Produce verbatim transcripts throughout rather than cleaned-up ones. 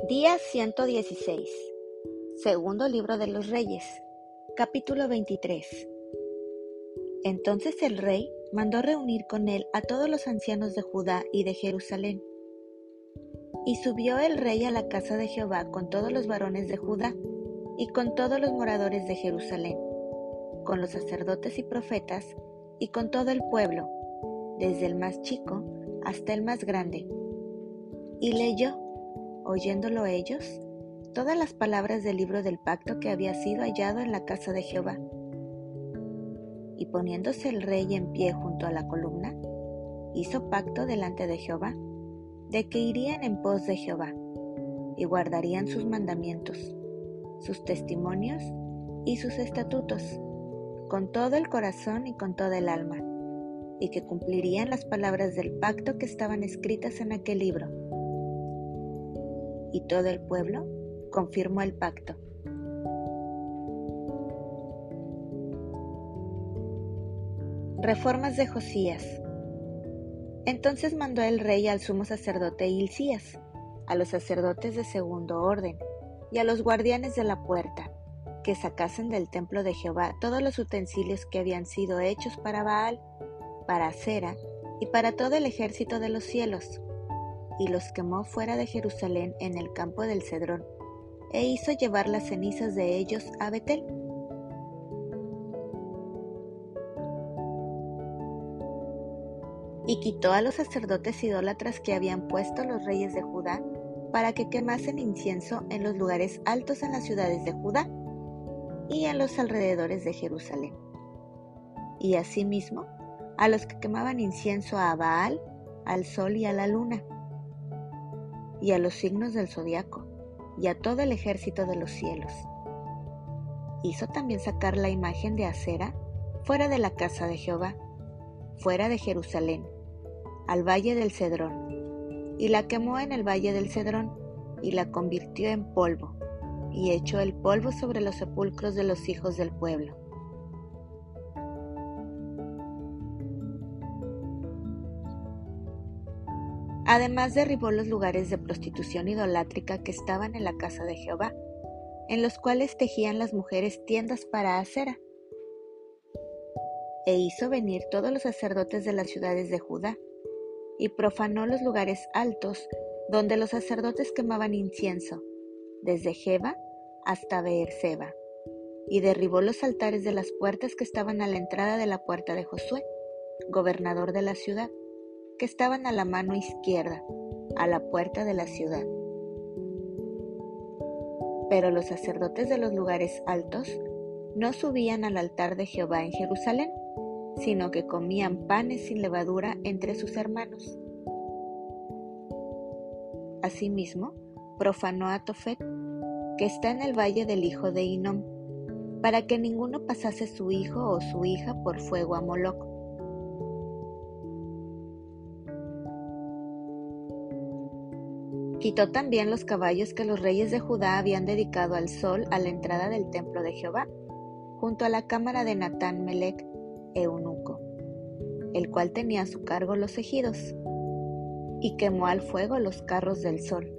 Día ciento dieciséis. Segundo libro de los Reyes. Capítulo veintitrés. Entonces el rey mandó reunir con él a todos los ancianos de Judá y de Jerusalén. Y subió el rey a la casa de Jehová con todos los varones de Judá y con todos los moradores de Jerusalén, con los sacerdotes y profetas y con todo el pueblo, desde el más chico hasta el más grande. Y leyó, oyéndolo ellos, todas las palabras del libro del pacto que había sido hallado en la casa de Jehová. Y poniéndose el rey en pie junto a la columna, hizo pacto delante de Jehová, de que irían en pos de Jehová, y guardarían sus mandamientos, sus testimonios y sus estatutos, con todo el corazón y con toda el alma, y que cumplirían las palabras del pacto que estaban escritas en aquel libro. Y todo el pueblo confirmó el pacto. Reformas de Josías. Entonces mandó el rey al sumo sacerdote Hilcías, a los sacerdotes de segundo orden y a los guardianes de la puerta, que sacasen del templo de Jehová todos los utensilios que habían sido hechos para Baal, para Acera y para todo el ejército de los cielos, y los quemó fuera de Jerusalén en el campo del Cedrón, e hizo llevar las cenizas de ellos a Betel. Y quitó a los sacerdotes idólatras que habían puesto los reyes de Judá para que quemasen incienso en los lugares altos en las ciudades de Judá y en los alrededores de Jerusalén. Y asimismo a los que quemaban incienso a Baal, al sol y a la luna, y a los signos del zodiaco, y a todo el ejército de los cielos. Hizo también sacar la imagen de Acera fuera de la casa de Jehová, fuera de Jerusalén, al valle del Cedrón, y la quemó en el valle del Cedrón, y la convirtió en polvo, y echó el polvo sobre los sepulcros de los hijos del pueblo. Además derribó los lugares de prostitución idolátrica que estaban en la casa de Jehová, en los cuales tejían las mujeres tiendas para Acera. E hizo venir todos los sacerdotes de las ciudades de Judá, y profanó los lugares altos donde los sacerdotes quemaban incienso, desde Geba hasta Beerseba, y derribó los altares de las puertas que estaban a la entrada de la puerta de Josué, gobernador de la ciudad, que estaban a la mano izquierda, a la puerta de la ciudad. Pero los sacerdotes de los lugares altos no subían al altar de Jehová en Jerusalén, sino que comían panes sin levadura entre sus hermanos. Asimismo, profanó a Tofet, que está en el valle del hijo de Hinnom, para que ninguno pasase su hijo o su hija por fuego a Moloc. Quitó también los caballos que los reyes de Judá habían dedicado al sol a la entrada del templo de Jehová, junto a la cámara de Natán Melec, eunuco, el cual tenía a su cargo los ejidos, y quemó al fuego los carros del sol.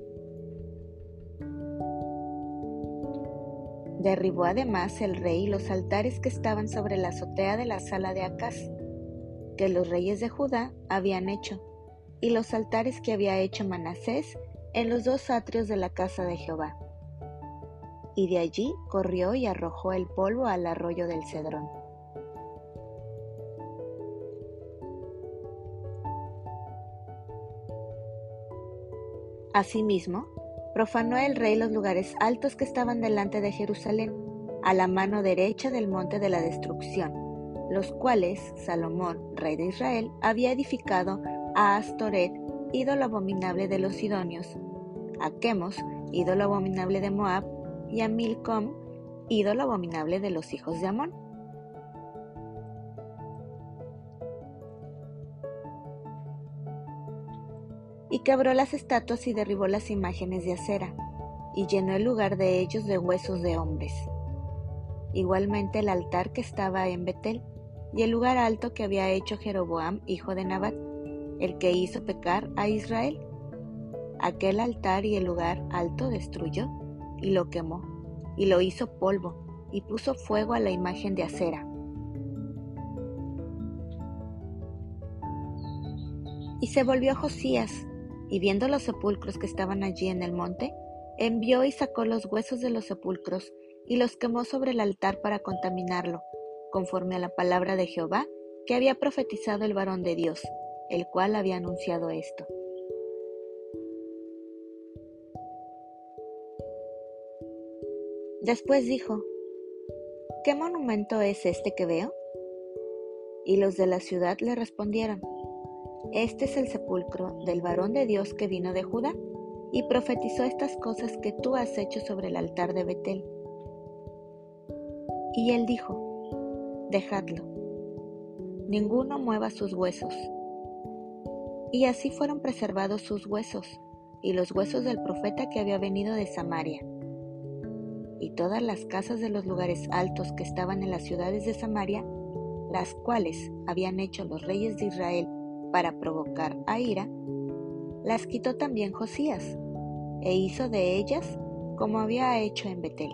Derribó además el rey los altares que estaban sobre la azotea de la sala de Acaz, que los reyes de Judá habían hecho, y los altares que había hecho Manasés en los dos atrios de la casa de Jehová. Y de allí corrió y arrojó el polvo al arroyo del Cedrón. Asimismo, profanó el rey los lugares altos que estaban delante de Jerusalén, a la mano derecha del monte de la destrucción, los cuales Salomón, rey de Israel, había edificado a Astoret, ídolo abominable de los sidonios, a Quemos, ídolo abominable de Moab, y a Milcom, ídolo abominable de los hijos de Amón. Y quebró las estatuas y derribó las imágenes de Acera, y llenó el lugar de ellos de huesos de hombres. Igualmente el altar que estaba en Betel, y el lugar alto que había hecho Jeroboam, hijo de Nabat, el que hizo pecar a Israel. aquel altar y el lugar alto destruyó, y lo quemó, y lo hizo polvo, y puso fuego a la imagen de acera. Y se volvió Josías, y viendo los sepulcros que estaban allí en el monte, envió y sacó los huesos de los sepulcros, y los quemó sobre el altar para contaminarlo, conforme a la palabra de Jehová, que había profetizado el varón de Dios, el cual había anunciado esto. Después dijo: ¿Qué monumento es este que veo? Y los de la ciudad le respondieron: Este es el sepulcro del varón de Dios que vino de Judá, y profetizó estas cosas que tú has hecho sobre el altar de Betel. Y él dijo: Dejadlo, ninguno mueva sus huesos. Y así fueron preservados sus huesos, y los huesos del profeta que había venido de Samaria. Y todas las casas de los lugares altos que estaban en las ciudades de Samaria, las cuales habían hecho los reyes de Israel para provocar a ira, las quitó también Josías, e hizo de ellas como había hecho en Betel.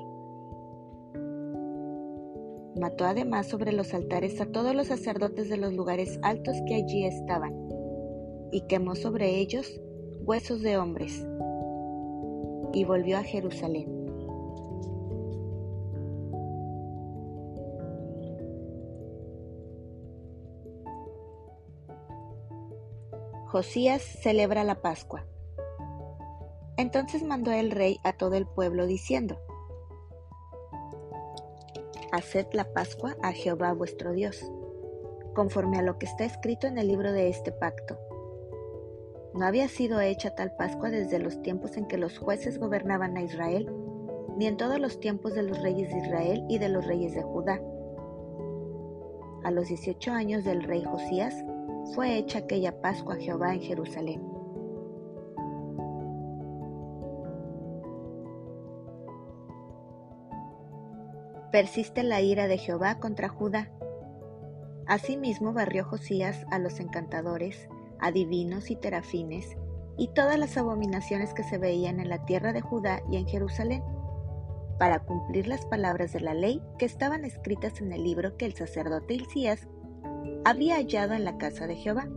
Mató además sobre los altares a todos los sacerdotes de los lugares altos que allí estaban, y quemó sobre ellos huesos de hombres, y volvió a Jerusalén. Josías celebra la Pascua. Entonces mandó el rey a todo el pueblo diciendo: Haced la Pascua a Jehová vuestro Dios, conforme a lo que está escrito en el libro de este pacto. No había sido hecha tal Pascua desde los tiempos en que los jueces gobernaban a Israel, ni en todos los tiempos de los reyes de Israel y de los reyes de Judá. A los dieciocho años del rey Josías fue hecha aquella Pascua a Jehová en Jerusalén. Persiste la ira de Jehová contra Judá. Asimismo barrió Josías a los encantadores, adivinos y terafines, y todas las abominaciones que se veían en la tierra de Judá y en Jerusalén, para cumplir las palabras de la ley que estaban escritas en el libro que el sacerdote Hilcías había hallado en la casa de Jehová.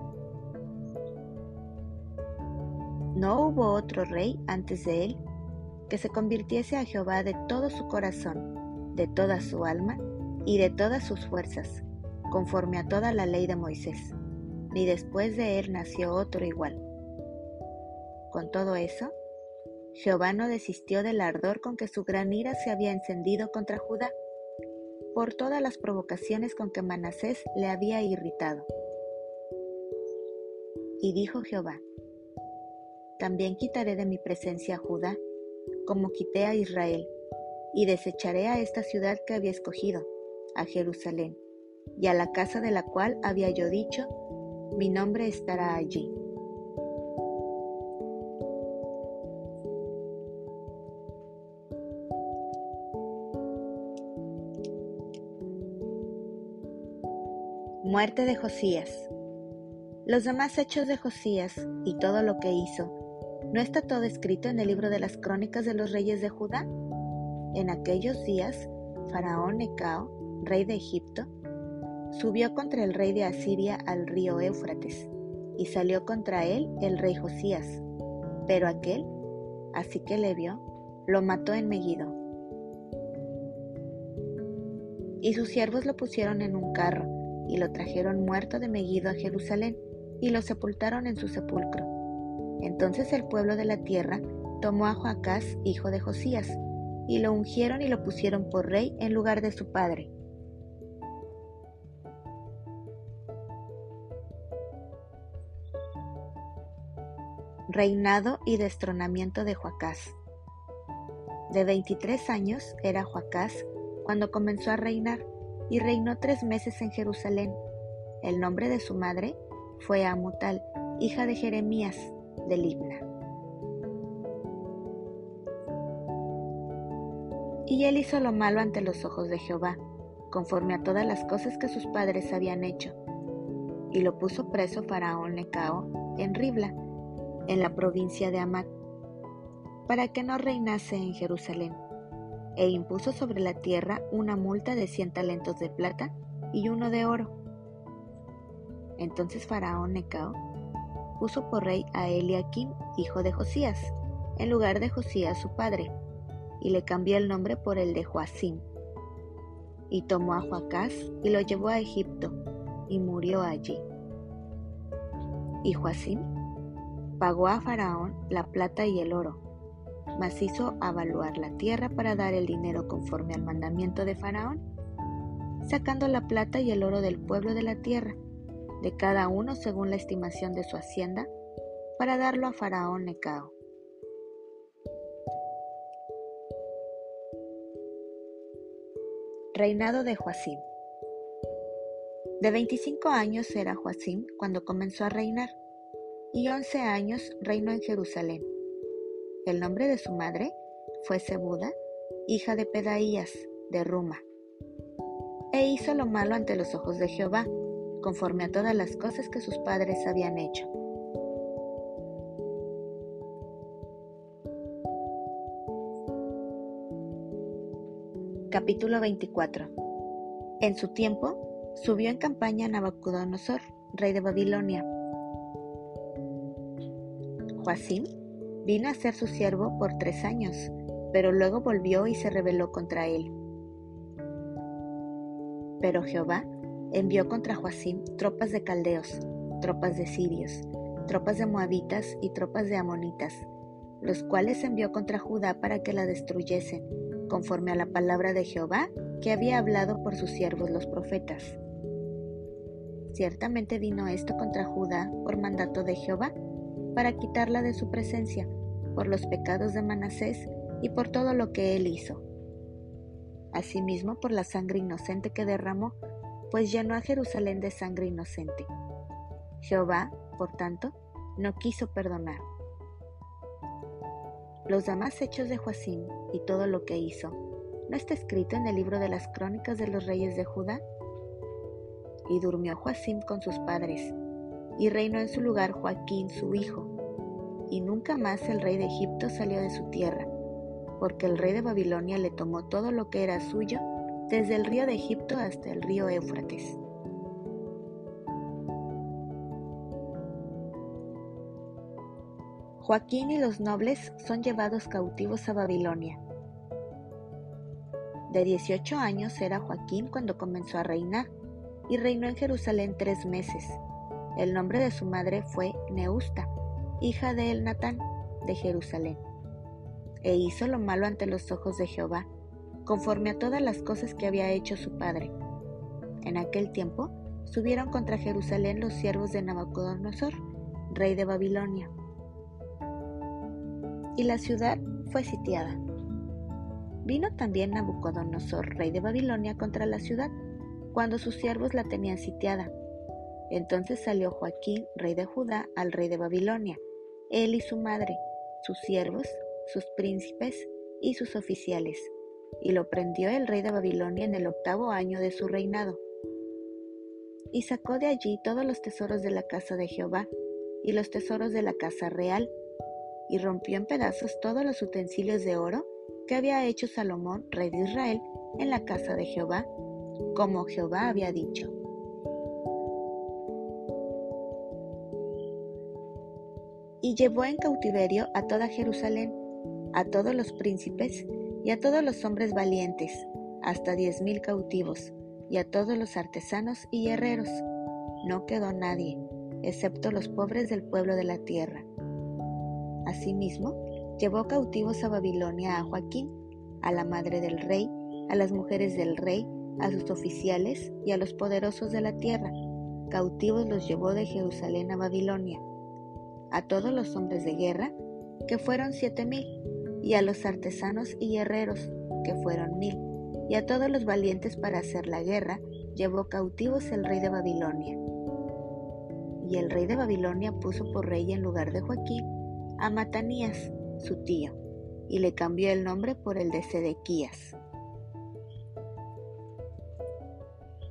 No hubo otro rey antes de él que se convirtiese a Jehová de todo su corazón, de toda su alma y de todas sus fuerzas, conforme a toda la ley de Moisés, ni después de él nació otro igual. Con todo eso, Jehová no desistió del ardor con que su gran ira se había encendido contra Judá, por todas las provocaciones con que Manasés le había irritado. Y dijo Jehová: También quitaré de mi presencia a Judá, como quité a Israel, y desecharé a esta ciudad que había escogido, a Jerusalén, y a la casa de la cual había yo dicho: Mi nombre estará allí. Muerte de Josías. Los demás hechos de Josías y todo lo que hizo, ¿no está todo escrito en el libro de las crónicas de los reyes de Judá? En aquellos días, Faraón Necao, rey de Egipto, subió contra el rey de Asiria al río Éufrates, y salió contra él el rey Josías, pero aquél, así que le vio, lo mató en Megiddo. Y sus siervos lo pusieron en un carro, y lo trajeron muerto de Megiddo a Jerusalén, y lo sepultaron en su sepulcro. Entonces el pueblo de la tierra tomó a Joacás, hijo de Josías, y lo ungieron y lo pusieron por rey en lugar de su padre. Reinado y destronamiento de Joacás. De veintitrés años era Joacás cuando comenzó a reinar, y reinó tres meses en Jerusalén. El nombre de su madre fue Amutal, hija de Jeremías, de Libna. Y él hizo lo malo ante los ojos de Jehová, conforme a todas las cosas que sus padres habían hecho. Y lo puso preso Faraón Necao en Ribla, en la provincia de Hamath, para que no reinase en Jerusalén, e impuso sobre la tierra una multa de cien talentos de plata y uno de oro. Entonces Faraón Necao puso por rey a Eliaquim, hijo de Josías, en lugar de Josías su padre, y le cambió el nombre por el de Joacim. Y tomó a Joacás y lo llevó a Egipto, y murió allí. Y Joacim pagó a Faraón la plata y el oro, mas hizo avaluar la tierra para dar el dinero conforme al mandamiento de Faraón, sacando la plata y el oro del pueblo de la tierra, de cada uno según la estimación de su hacienda, para darlo a Faraón Necao. Reinado de Joacim. De veinticinco años era Joacim cuando comenzó a reinar, y once años reinó en Jerusalén. El nombre de su madre fue Zebuda, hija de Pedaías, de Ruma. E hizo lo malo ante los ojos de Jehová, conforme a todas las cosas que sus padres habían hecho. Capítulo veinticuatro. En su tiempo, subió en campaña Nabucodonosor, rey de Babilonia. Joacim vino a ser su siervo por tres años, pero luego volvió y se rebeló contra él. Pero Jehová envió contra Joacim tropas de caldeos, tropas de sirios, tropas de moabitas y tropas de amonitas, los cuales envió contra Judá para que la destruyesen, conforme a la palabra de Jehová que había hablado por sus siervos los profetas. Ciertamente vino esto contra Judá por mandato de Jehová, para quitarla de su presencia, por los pecados de Manasés y por todo lo que él hizo. Asimismo por la sangre inocente que derramó, pues llenó a Jerusalén de sangre inocente. Jehová, por tanto, no quiso perdonar. Los demás hechos de Joacim y todo lo que hizo, ¿no está escrito en el libro de las crónicas de los reyes de Judá? Y durmió Joacim con sus padres, y reinó en su lugar Joaquín su hijo, y nunca más el rey de Egipto salió de su tierra, porque el rey de Babilonia le tomó todo lo que era suyo, desde el río de Egipto hasta el río Éufrates. Joaquín y los nobles son llevados cautivos a Babilonia. De dieciocho años era Joaquín cuando comenzó a reinar, y reinó en Jerusalén tres meses. El nombre de su madre fue Neusta, hija de Elnatán, de Jerusalén. E hizo lo malo ante los ojos de Jehová, conforme a todas las cosas que había hecho su padre. En aquel tiempo subieron contra Jerusalén los siervos de Nabucodonosor, rey de Babilonia, y la ciudad fue sitiada. Vino también Nabucodonosor, rey de Babilonia, contra la ciudad, cuando sus siervos la tenían sitiada. Entonces salió Joaquín, rey de Judá, al rey de Babilonia, él y su madre, sus siervos, sus príncipes y sus oficiales, y lo prendió el rey de Babilonia en el octavo año de su reinado. Y sacó de allí todos los tesoros de la casa de Jehová y los tesoros de la casa real, y rompió en pedazos todos los utensilios de oro que había hecho Salomón, rey de Israel, en la casa de Jehová, como Jehová había dicho. Y llevó en cautiverio a toda Jerusalén, a todos los príncipes y a todos los hombres valientes, hasta diez mil cautivos, y a todos los artesanos y herreros. No quedó nadie, excepto los pobres del pueblo de la tierra. Asimismo, llevó cautivos a Babilonia a Joaquín, a la madre del rey, a las mujeres del rey, a sus oficiales y a los poderosos de la tierra. Cautivos los llevó de Jerusalén a Babilonia. A todos los hombres de guerra, que fueron siete mil, y a los artesanos y herreros, que fueron mil, y a todos los valientes para hacer la guerra, llevó cautivos el rey de Babilonia. Y el rey de Babilonia puso por rey en lugar de Joaquín a Matanías, su tío, y le cambió el nombre por el de Sedequías.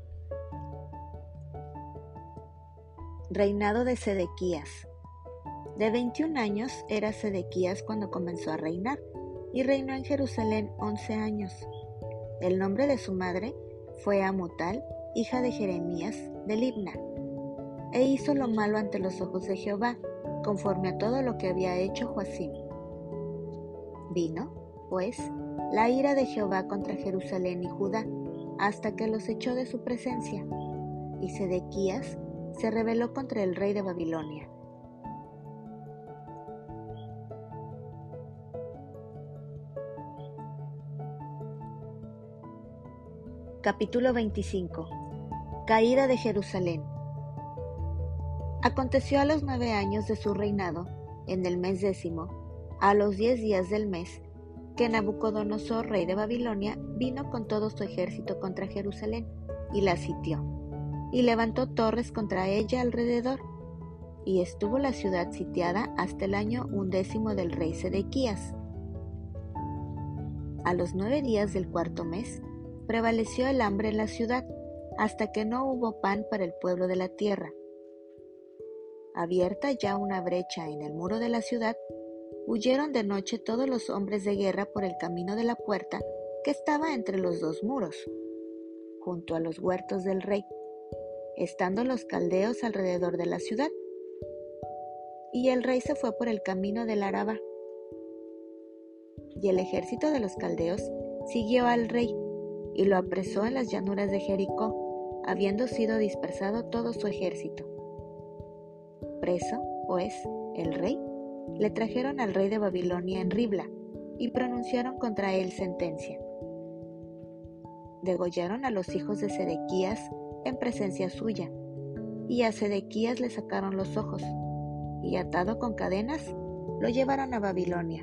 Reinado de Sedequías. De veintiún años era Sedequías cuando comenzó a reinar, y reinó en Jerusalén once años. El nombre de su madre fue Amutal, hija de Jeremías de Libna, e hizo lo malo ante los ojos de Jehová, conforme a todo lo que había hecho Joacim. Vino, pues, la ira de Jehová contra Jerusalén y Judá, hasta que los echó de su presencia, y Sedequías se rebeló contra el rey de Babilonia. Capítulo veinticinco. Caída de Jerusalén. Aconteció a los nueve años de su reinado, en el mes décimo, a los diez días del mes, que Nabucodonosor, rey de Babilonia, vino con todo su ejército contra Jerusalén, y la sitió, y levantó torres contra ella alrededor, y estuvo la ciudad sitiada hasta el año undécimo del rey Sedequías. A los nueve días del cuarto mes, prevaleció el hambre en la ciudad, hasta que no hubo pan para el pueblo de la tierra. Abierta ya una brecha en el muro de la ciudad, huyeron de noche todos los hombres de guerra por el camino de la puerta que estaba entre los dos muros, junto a los huertos del rey, estando los caldeos alrededor de la ciudad. Y el rey se fue por el camino del Araba. Y el ejército de los caldeos siguió al rey, y lo apresó en las llanuras de Jericó, habiendo sido dispersado todo su ejército. Preso, pues, el rey, le trajeron al rey de Babilonia en Ribla, y pronunciaron contra él sentencia. Degollaron a los hijos de Sedequías en presencia suya, y a Sedequías le sacaron los ojos, y atado con cadenas, lo llevaron a Babilonia.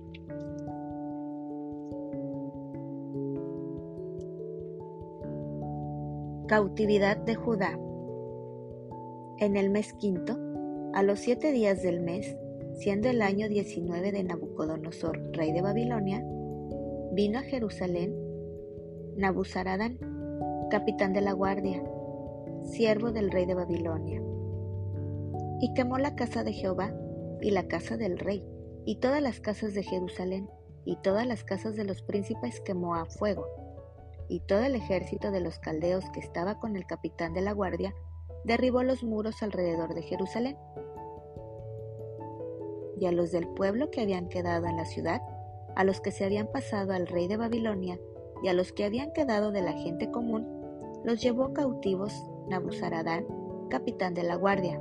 Cautividad de Judá. En el mes quinto, a los siete días del mes, siendo el año diecinueve de Nabucodonosor, rey de Babilonia, vino a Jerusalén Nabuzaradán, capitán de la guardia, siervo del rey de Babilonia, y quemó la casa de Jehová y la casa del rey, y todas las casas de Jerusalén, y todas las casas de los príncipes quemó a fuego. Y todo el ejército de los caldeos que estaba con el capitán de la guardia derribó los muros alrededor de Jerusalén. Y a los del pueblo que habían quedado en la ciudad, a los que se habían pasado al rey de Babilonia y a los que habían quedado de la gente común, los llevó cautivos Nabuzaradán, capitán de la guardia.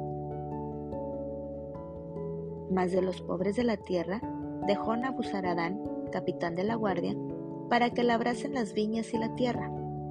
Mas de los pobres de la tierra dejó Nabuzaradán, capitán de la guardia, para que labrasen las viñas y la tierra.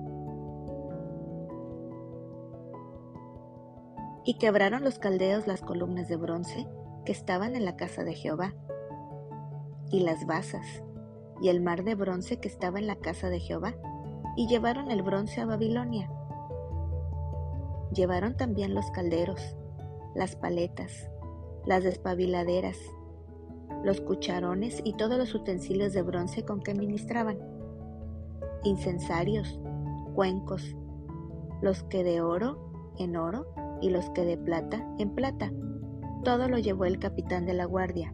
Y quebraron los caldeos las columnas de bronce que estaban en la casa de Jehová, y las basas, y el mar de bronce que estaba en la casa de Jehová, y llevaron el bronce a Babilonia. Llevaron también los calderos, las paletas, las despabiladeras, los cucharones y todos los utensilios de bronce con que ministraban, incensarios, cuencos, los que de oro en oro y los que de plata en plata. Todo lo llevó el capitán de la guardia.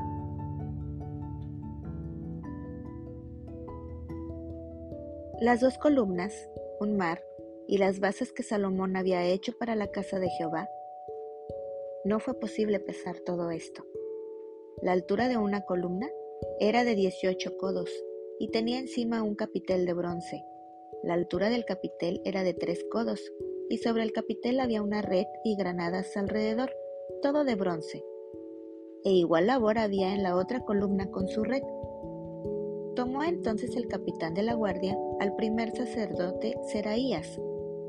Las dos columnas, un mar y las bases que Salomón había hecho para la casa de Jehová, no fue posible pesar todo esto. La altura de una columna era de dieciocho codos y tenía encima un capitel de bronce. La altura del capitel era de tres codos y sobre el capitel había una red y granadas alrededor, todo de bronce. E igual labor había en la otra columna con su red. Tomó entonces el capitán de la guardia al primer sacerdote Seraías,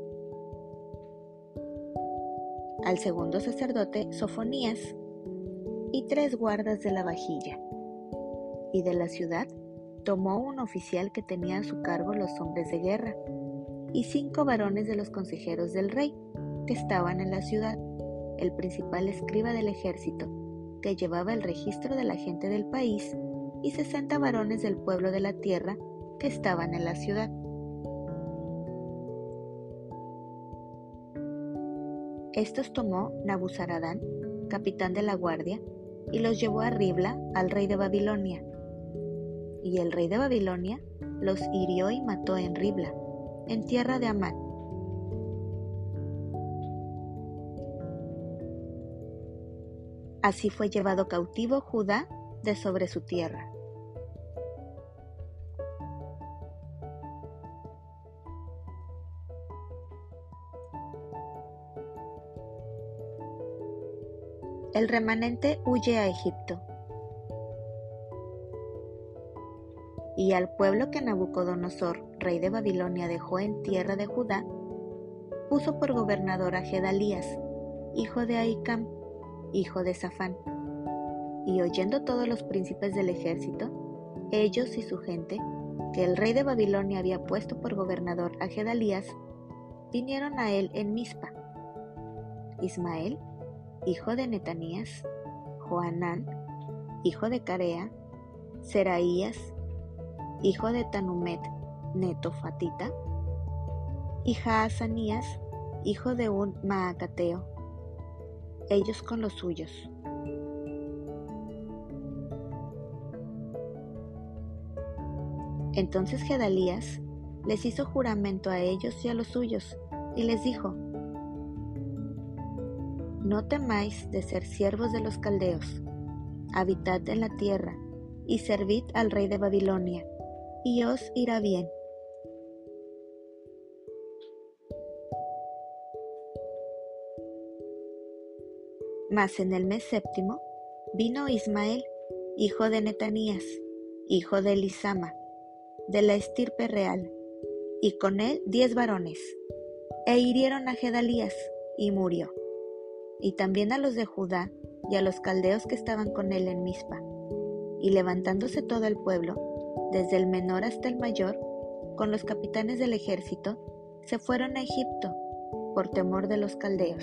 al segundo sacerdote Sofonías, y tres guardas de la vajilla. Y de la ciudad tomó un oficial que tenía a su cargo los hombres de guerra, y cinco varones de los consejeros del rey, que estaban en la ciudad, el principal escriba del ejército, que llevaba el registro de la gente del país, y sesenta varones del pueblo de la tierra, que estaban en la ciudad. Estos tomó Nabuzaradán capitán de la guardia, y los llevó a Ribla al rey de Babilonia. Y el rey de Babilonia los hirió y mató en Ribla, en tierra de Amán. Así fue llevado cautivo Judá de sobre su tierra. El remanente huye a Egipto. Y al pueblo que Nabucodonosor, rey de Babilonia, dejó en tierra de Judá, puso por gobernador a Gedalías, hijo de Ahicam, hijo de Safán. Y oyendo todos los príncipes del ejército, ellos y su gente, que el rey de Babilonia había puesto por gobernador a Gedalías, vinieron a él en Mizpa. Ismael, hijo de Netanías, Johanán, hijo de Carea, Seraías, hijo de Tanumet Netofatita, y Jaazanías, hijo de un Maacateo, ellos con los suyos. Entonces Gedalías les hizo juramento a ellos y a los suyos, y les dijo: No temáis de ser siervos de los caldeos, habitad en la tierra, y servid al rey de Babilonia, y os irá bien. Mas en el mes séptimo vino Ismael, hijo de Netanías, hijo de Elisama, de la estirpe real, y con él diez varones, e hirieron a Gedalías, y murió, y también a los de Judá y a los caldeos que estaban con él en Mizpa. Y levantándose todo el pueblo, desde el menor hasta el mayor, con los capitanes del ejército, se fueron a Egipto, por temor de los caldeos.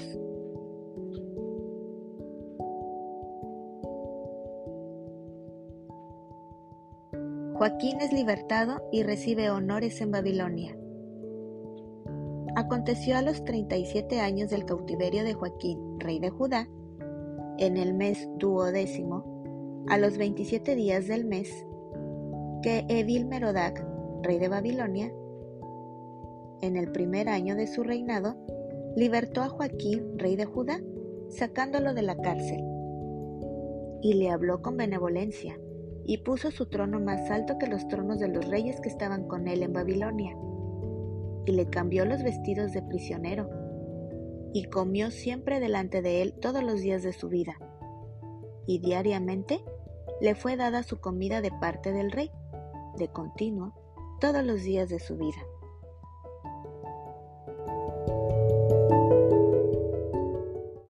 Joaquín es libertado y recibe honores en Babilonia. Aconteció a los treinta y siete años del cautiverio de Joaquín, rey de Judá, en el mes duodécimo, a los veintisiete días del mes, que Evil-Merodac, rey de Babilonia, en el primer año de su reinado, libertó a Joaquín, rey de Judá, sacándolo de la cárcel, y le habló con benevolencia, y puso su trono más alto que los tronos de los reyes que estaban con él en Babilonia, y le cambió los vestidos de prisionero, y comió siempre delante de él todos los días de su vida, y diariamente le fue dada su comida de parte del rey, de continuo, todos los días de su vida.